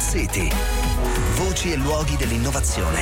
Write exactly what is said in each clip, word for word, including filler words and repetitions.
City. Voci e luoghi dell'innovazione.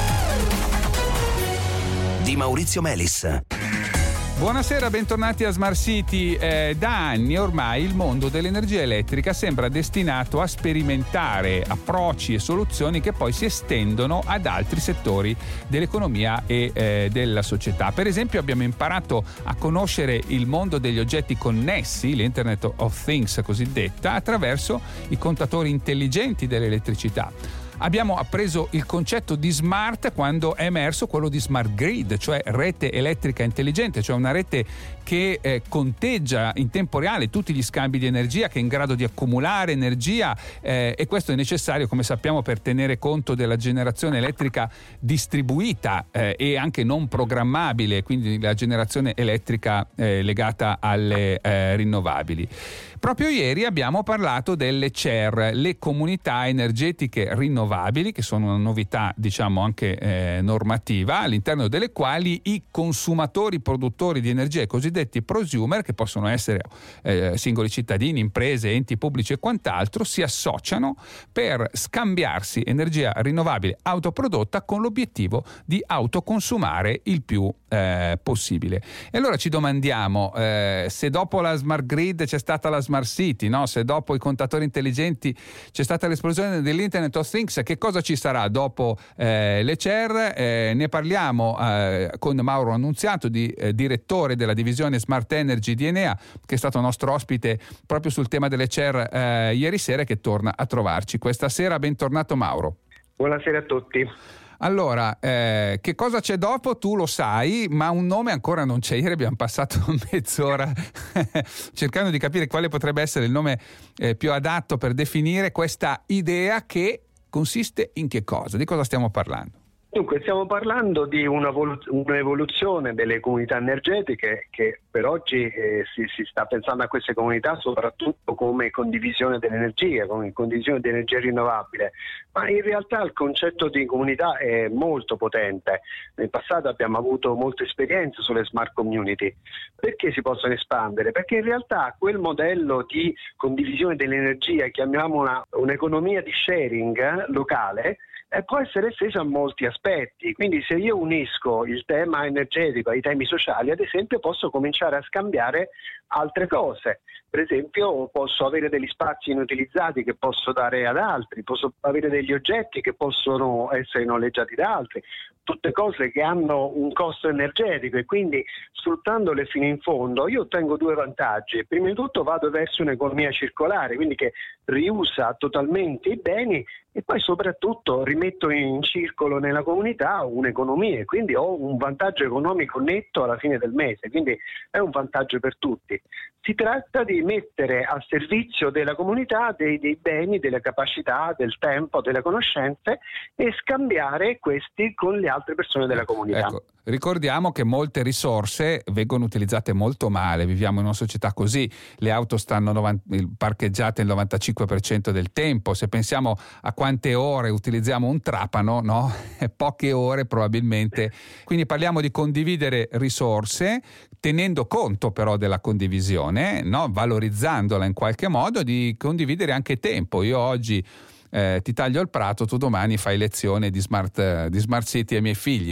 Di Maurizio Melis. Buonasera, bentornati a Smart City. Eh, da anni ormai il mondo dell'energia elettrica sembra destinato a sperimentare approcci e soluzioni che poi si estendono ad altri settori dell'economia e eh, della società. Per esempio abbiamo imparato a conoscere il mondo degli oggetti connessi, l'Internet of Things cosiddetta, attraverso i contatori intelligenti dell'elettricità. Abbiamo appreso il concetto di smart quando è emerso quello di smart grid, cioè rete elettrica intelligente, cioè una rete che eh, conteggia in tempo reale tutti gli scambi di energia, che è in grado di accumulare energia eh, e questo è necessario, come sappiamo, per tenere conto della generazione elettrica distribuita eh, e anche non programmabile, quindi la generazione elettrica eh, legata alle eh, rinnovabili. Proprio ieri abbiamo parlato delle C E R, le comunità energetiche rinnovabili, che sono una novità, diciamo, anche eh, normativa, all'interno delle quali i consumatori produttori di energia, i cosiddetti prosumer, che possono essere eh, singoli cittadini, imprese, enti pubblici e quant'altro, si associano per scambiarsi energia rinnovabile autoprodotta con l'obiettivo di autoconsumare il più eh, possibile. E allora ci domandiamo eh, se dopo la smart grid c'è stata la smart city, no? Se dopo i contatori intelligenti c'è stata l'esplosione dell'Internet of Things, che cosa ci sarà dopo eh, le C E R? Eh, ne parliamo eh, con Mauro Annunziato, di, eh, direttore della divisione Smart Energy di Enea, che è stato nostro ospite proprio sul tema delle C E R eh, ieri sera, che torna a trovarci questa sera. Bentornato Mauro. Buonasera a tutti. Allora, eh, che cosa c'è dopo? Tu lo sai, ma un nome ancora non c'è. Ieri abbiamo passato mezz'ora cercando di capire quale potrebbe essere il nome eh, più adatto per definire questa idea, che consiste in che cosa? Di cosa stiamo parlando? Dunque, stiamo parlando di una un'evoluzione delle comunità energetiche, che per oggi eh, si, si sta pensando a queste comunità soprattutto come condivisione dell'energia, come condivisione di energia rinnovabile, ma in realtà il concetto di comunità è molto potente. Nel passato abbiamo avuto molte esperienze sulle smart community. Perché si possono espandere? Perché in realtà quel modello di condivisione dell'energia, chiamiamola un'economia di sharing eh, locale, Eh, può essere esteso a molti aspetti. Quindi se io unisco il tema energetico ai temi sociali, ad esempio, posso cominciare a scambiare altre cose. Per esempio, posso avere degli spazi inutilizzati che posso dare ad altri, posso avere degli oggetti che possono essere noleggiati da altri, tutte cose che hanno un costo energetico, e quindi sfruttandole fino in fondo io ottengo due vantaggi. Prima di tutto vado verso un'economia circolare, quindi che riusa totalmente i beni, e poi soprattutto rimetto in circolo nella comunità un'economia, e quindi ho un vantaggio economico netto alla fine del mese, quindi è un vantaggio per tutti. Si tratta di mettere a servizio della comunità dei, dei beni, delle capacità, del tempo, delle conoscenze, e scambiare questi con le altre persone della comunità. Ecco, ricordiamo che molte risorse vengono utilizzate molto male. Viviamo in una società così, le auto stanno novanta, parcheggiate il novantacinque per cento del tempo. Se pensiamo a quante ore utilizziamo un trapano, no? Poche ore probabilmente. Quindi parliamo di condividere risorse, tenendo conto però della condivisione, no? Valorizzandola in qualche modo, di condividere anche tempo. Io oggi Eh, ti taglio il prato, tu domani fai lezione di smart, di smart city ai miei figli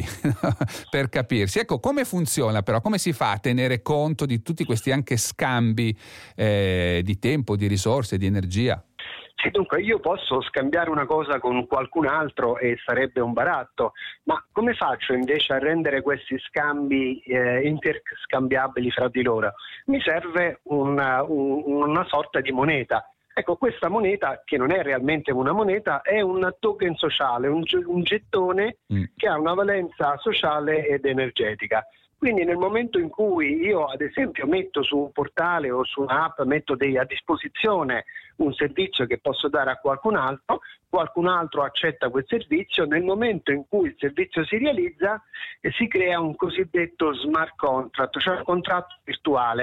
per capirsi. Ecco, come funziona però, come si fa a tenere conto di tutti questi anche scambi eh, di tempo, di risorse, di energia? Sì, dunque io posso scambiare una cosa con qualcun altro e sarebbe un baratto, ma come faccio invece a rendere questi scambi eh, interscambiabili fra di loro? Mi serve una, un, una sorta di moneta. Ecco, questa moneta, che non è realmente una moneta, è un token sociale, un, un gettone mm. che ha una valenza sociale ed energetica. Quindi nel momento in cui io, ad esempio, metto su un portale o su un'app, metto dei, a disposizione un servizio che posso dare a qualcun altro, qualcun altro accetta quel servizio, nel momento in cui il servizio si realizza eh, si crea un cosiddetto smart contract, cioè un contratto virtuale.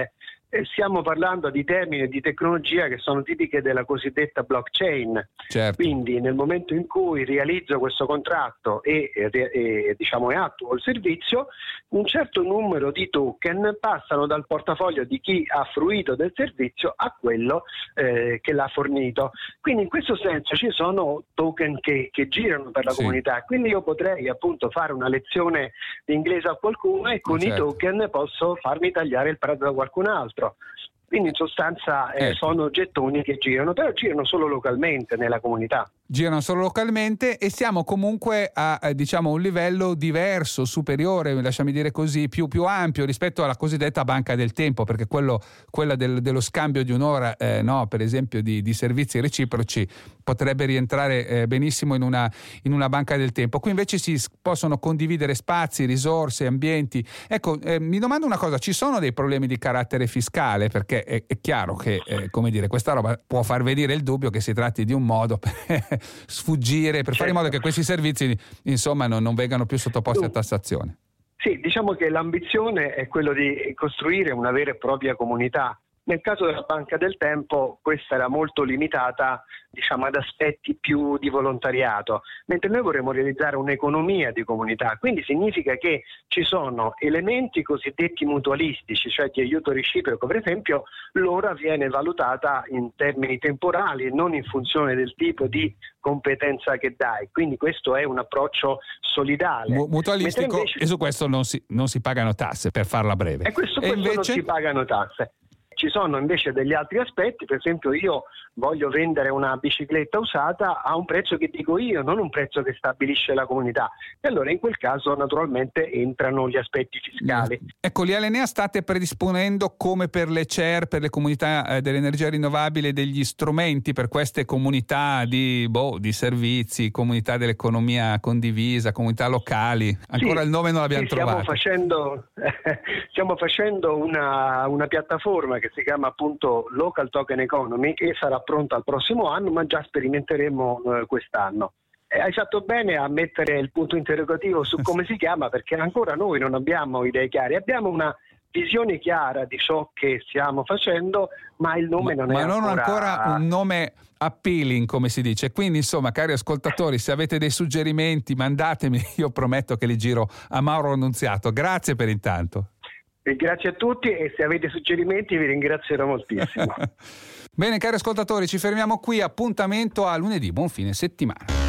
eh, stiamo parlando di termini e di tecnologia che sono tipiche della cosiddetta blockchain. Certo. Quindi nel momento in cui realizzo questo contratto e, e, e diciamo e attuo il servizio, un certo numero di token passano dal portafoglio di chi ha fruito del servizio a quello eh, che l'ha fornito. Quindi in questo senso ci sono token che, che girano per la sì. comunità, quindi io potrei appunto fare una lezione di inglese a qualcuno e con certo. i token posso farmi tagliare il prezzo da qualcun altro. Quindi in sostanza eh, ecco. sono gettoni che girano, però girano solo localmente nella comunità. Girano solo localmente e siamo comunque a eh, diciamo un livello diverso, superiore, lasciami dire così, più, più ampio rispetto alla cosiddetta banca del tempo, perché quello, quella del, dello scambio di un'ora, eh, no, per esempio di, di servizi reciproci, potrebbe rientrare eh, benissimo in una, in una banca del tempo. Qui invece si possono condividere spazi, risorse, ambienti. Ecco, eh, mi domando una cosa, ci sono dei problemi di carattere fiscale? Perché è, è chiaro che, eh, come dire, questa roba può far venire il dubbio che si tratti di un modo per sfuggire, per certo. fare in modo che questi servizi insomma non, non vengano più sottoposti a tassazione. Sì, diciamo che l'ambizione è quello di costruire una vera e propria comunità. Nel caso della banca del tempo questa era molto limitata, diciamo, ad aspetti più di volontariato, mentre noi vorremmo realizzare un'economia di comunità, quindi significa che ci sono elementi cosiddetti mutualistici, cioè di aiuto reciproco. Per esempio l'ora viene valutata in termini temporali e non in funzione del tipo di competenza che dai, quindi questo è un approccio solidale. Mu- mutualistico invece... e su questo non si, non si pagano tasse, per farla breve. E questo, e questo invece... non si pagano tasse. Ci sono invece degli altri aspetti, per esempio io voglio vendere una bicicletta usata a un prezzo che dico io, non un prezzo che stabilisce la comunità. E allora in quel caso naturalmente entrano gli aspetti fiscali. Ecco, gli L N A state predisponendo, come per le C E R, per le comunità eh, dell'energia rinnovabile, degli strumenti per queste comunità di, boh, di servizi, comunità dell'economia condivisa, comunità locali. Ancora sì, il nome non l'abbiamo sì, stiamo trovato. Facendo, stiamo facendo una, una piattaforma che si chiama appunto Local Token Economy e sarà pronta al prossimo anno, ma già sperimenteremo eh, quest'anno. Eh, hai fatto bene a mettere il punto interrogativo su come si chiama, perché ancora noi non abbiamo idee chiare, abbiamo una visione chiara di ciò che stiamo facendo, ma il nome ma, non ma è non ancora... ancora un nome appealing, come si dice. Quindi insomma, cari ascoltatori, se avete dei suggerimenti mandatemi, io prometto che li giro a Mauro Annunziato. Grazie per intanto. E grazie a tutti, e se avete suggerimenti vi ringrazierò moltissimo. Bene, cari ascoltatori, ci fermiamo qui. Appuntamento a lunedì. Buon fine settimana.